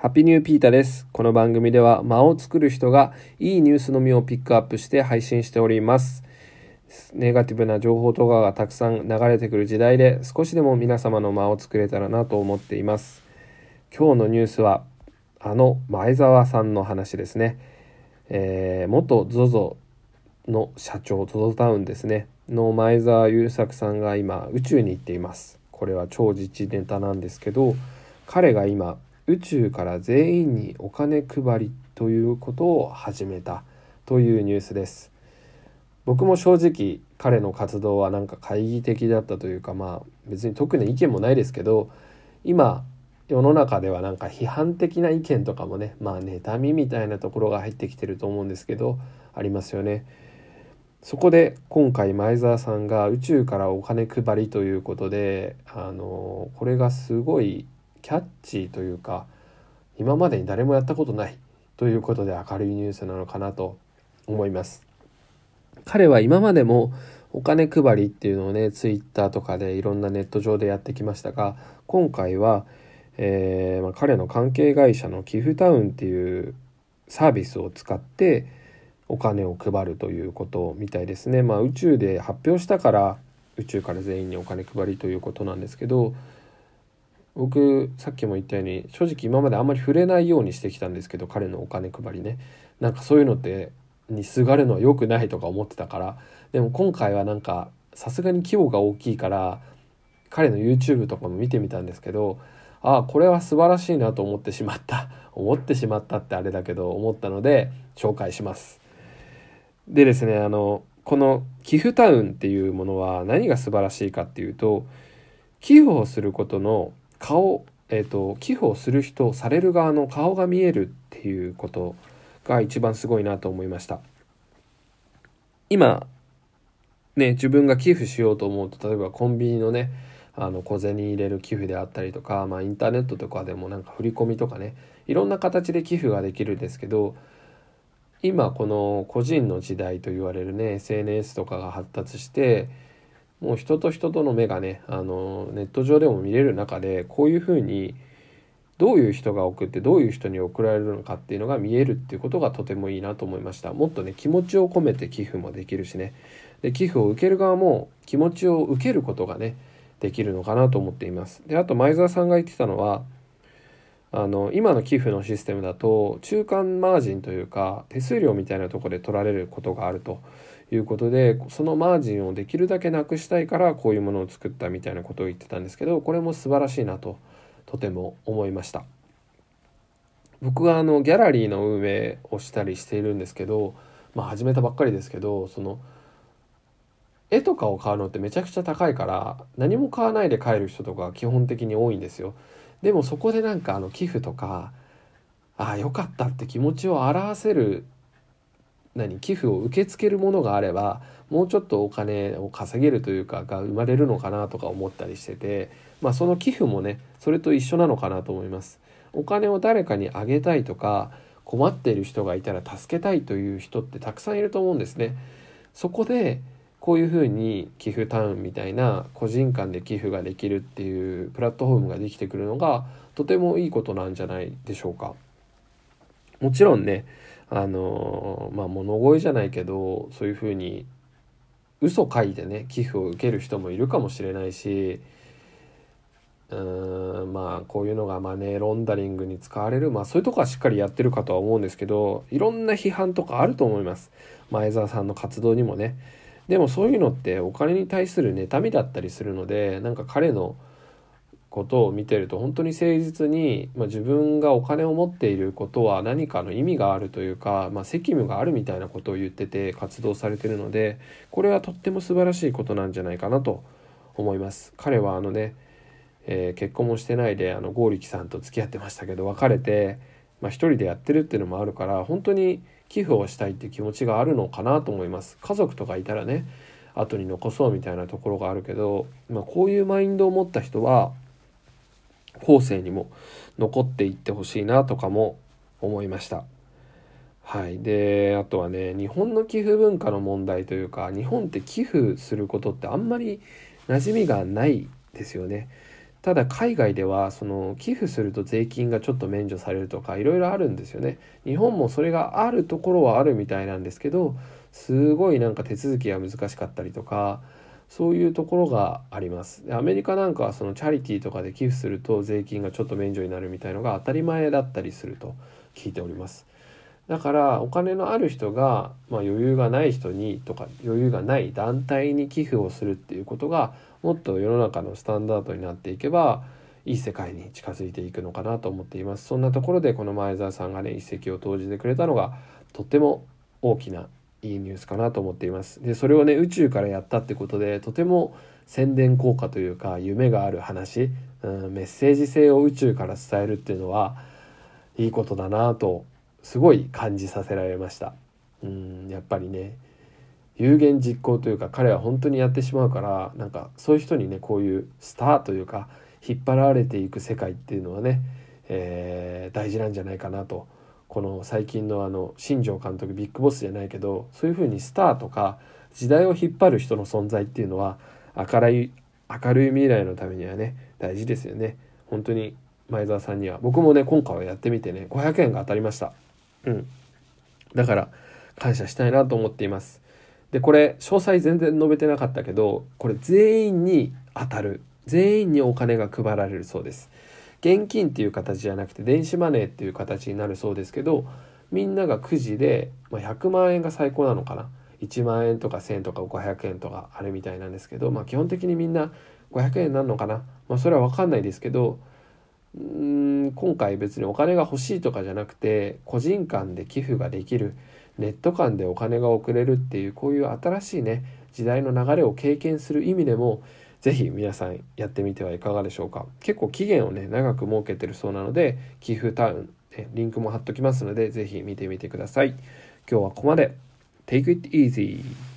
ハッピーニューピーターです。この番組では間を作る人がいいニュースのみをピックアップして配信しております。ネガティブな情報とかがたくさん流れてくる時代で少しでも皆様の間を作れたらなと思っています。今日のニュースは前澤さんの話ですね。元 ZOZO の社長 ZOZO タウンですねの前澤友作さんが今宇宙に行っています。これは超自治ネタなんですけど、彼が今宇宙から全員にお金配りということを始めたというニュースです。僕も正直彼の活動はなんか懐疑的だったというか、別に特に意見もないですけど、今世の中ではなんか批判的な意見とかもね、妬みみたいなところが入ってきてると思うんですけど、ありますよね。そこで今回前澤さんが宇宙からお金配りということで、これがすごいキャッチーというか、今までに誰もやったことないということで明るいニュースなのかなと思います。彼は今までもお金配りっていうのをね、ツイッターとかでいろんなネット上でやってきましたが、今回は、彼の関係会社の寄付タウンっていうサービスを使ってお金を配るということみたいですね。宇宙で発表したから宇宙から全員にお金配りということなんですけど、僕さっきも言ったように正直今まであんまり触れないようにしてきたんですけど、彼のお金配りね、なんかそういうのってにすがるのは良くないとか思ってたから。でも今回はなんかさすがに規模が大きいから彼の YouTube とかも見てみたんですけど、これは素晴らしいなと思ってしまったってあれだけど思ったので紹介します。でですね、この寄付タウンっていうものは何が素晴らしいかっていうと、寄付をすることの顔、寄付をする人、される側の顔が見えるっていうことが一番すごいなと思いました。今ね、自分が寄付しようと思うと、例えばコンビニのね、小銭入れる寄付であったりとか、インターネットとかでもなんか振り込みとかね、いろんな形で寄付ができるんですけど、今この個人の時代と言われるね、 SNS とかが発達して、もう人と人との目がね、ネット上でも見れる中で、こういうふうにどういう人が送ってどういう人に送られるのかっていうのが見えるっていうことがとてもいいなと思いました。もっとね、気持ちを込めて寄付もできるしね、で寄付を受ける側も気持ちを受けることがねできるのかなと思っています。で、あと前澤さんが言ってたのは、今の寄付のシステムだと中間マージンというか手数料みたいなところで取られることがあるということで、そのマージンをできるだけなくしたいからこういうものを作ったみたいなことを言ってたんですけど、これも素晴らしいなととても思いました。僕はギャラリーの運営をしたりしているんですけど、始めたばっかりですけど、その絵とかを買うのってめちゃくちゃ高いから何も買わないで帰る人とか基本的に多いんですよ。でもそこでなんか寄付とか、よかったって気持ちを表せる寄付を受け付けるものがあれば、もうちょっとお金を稼げるというかが生まれるのかなとか思ったりしてて、その寄付もねそれと一緒なのかなと思います。お金を誰かにあげたいとか、困っている人がいたら助けたいという人ってたくさんいると思うんですね。そこでこういうふうに寄付タウンみたいな個人間で寄付ができるっていうプラットフォームができてくるのがとてもいいことなんじゃないでしょうか。もちろんね、物乞いじゃないけど、そういうふうに嘘書いてね寄付を受ける人もいるかもしれないし、こういうのがマネーロンダリングに使われる、そういうとこはしっかりやってるかとは思うんですけど、いろんな批判とかあると思います、前澤さんの活動にもね。でもそういうのってお金に対する妬みだったりするので、なんか彼のことを見てると本当に誠実に、自分がお金を持っていることは何かの意味があるというか、責務があるみたいなことを言ってて活動されてるので、これはとっても素晴らしいことなんじゃないかなと思います。彼は結婚もしてないで剛力さんと付き合ってましたけど、別れて、一人でやってるっていうのもあるから、本当に寄付をしたいっていう気持ちがあるのかなと思います。家族とかいたらね後に残そうみたいなところがあるけど、こういうマインドを持った人は後世にも残っていってほしいなとかも思いました。はい。で、あとはね、日本の寄付文化の問題というか、日本って寄付することってあんまり馴染みがないですよね。 ただ海外ではその寄付すると税金がちょっと免除されるとかいろいろあるんですよね。日本もそれがあるところはあるみたいなんですけど、すごいなんか手続きが難しかったりとか、そういうところがあります。でアメリカなんかはそのチャリティーとかで寄付すると税金がちょっと免除になるみたいのが当たり前だったりすると聞いております。だからお金のある人が、余裕がない人にとか余裕がない団体に寄付をするっていうことがもっと世の中のスタンダードになっていけばいい世界に近づいていくのかなと思っています。そんなところでこの前澤さんがね一石を投じてくれたのがとっても大きないいニュースかなと思っています。でそれをね宇宙からやったってことでとても宣伝効果というか夢がある話、メッセージ性を宇宙から伝えるっていうのはいいことだなとすごい感じさせられました。やっぱりね有言実行というか彼は本当にやってしまうから、なんかそういう人にねこういうスターというか引っ張られていく世界っていうのはね、大事なんじゃないかなと。この最近の新庄監督ビッグボスじゃないけど、そういう風にスターとか時代を引っ張る人の存在っていうのは明るい未来のためにはね大事ですよね。本当に前澤さんには僕もね今回はやってみてね500円が当たりました。だから感謝したいなと思っています。でこれ詳細全然述べてなかったけど、これ全員に当たる、全員にお金が配られるそうです。現金っていう形じゃなくて電子マネーっていう形になるそうですけど、みんながくじで、100万円が最高なのかな、1万円とか1000円とか500円とかあるみたいなんですけど、基本的にみんな500円になるのかな、それは分かんないですけど、今回別にお金が欲しいとかじゃなくて個人間で寄付ができる、ネット間でお金が送れるっていうこういう新しいね時代の流れを経験する意味でもぜひ皆さんやってみてはいかがでしょうか。結構期限をね長く設けてるそうなので寄付タウン、リンクも貼っときますのでぜひ見てみてください。今日はここまで。 Take it easy.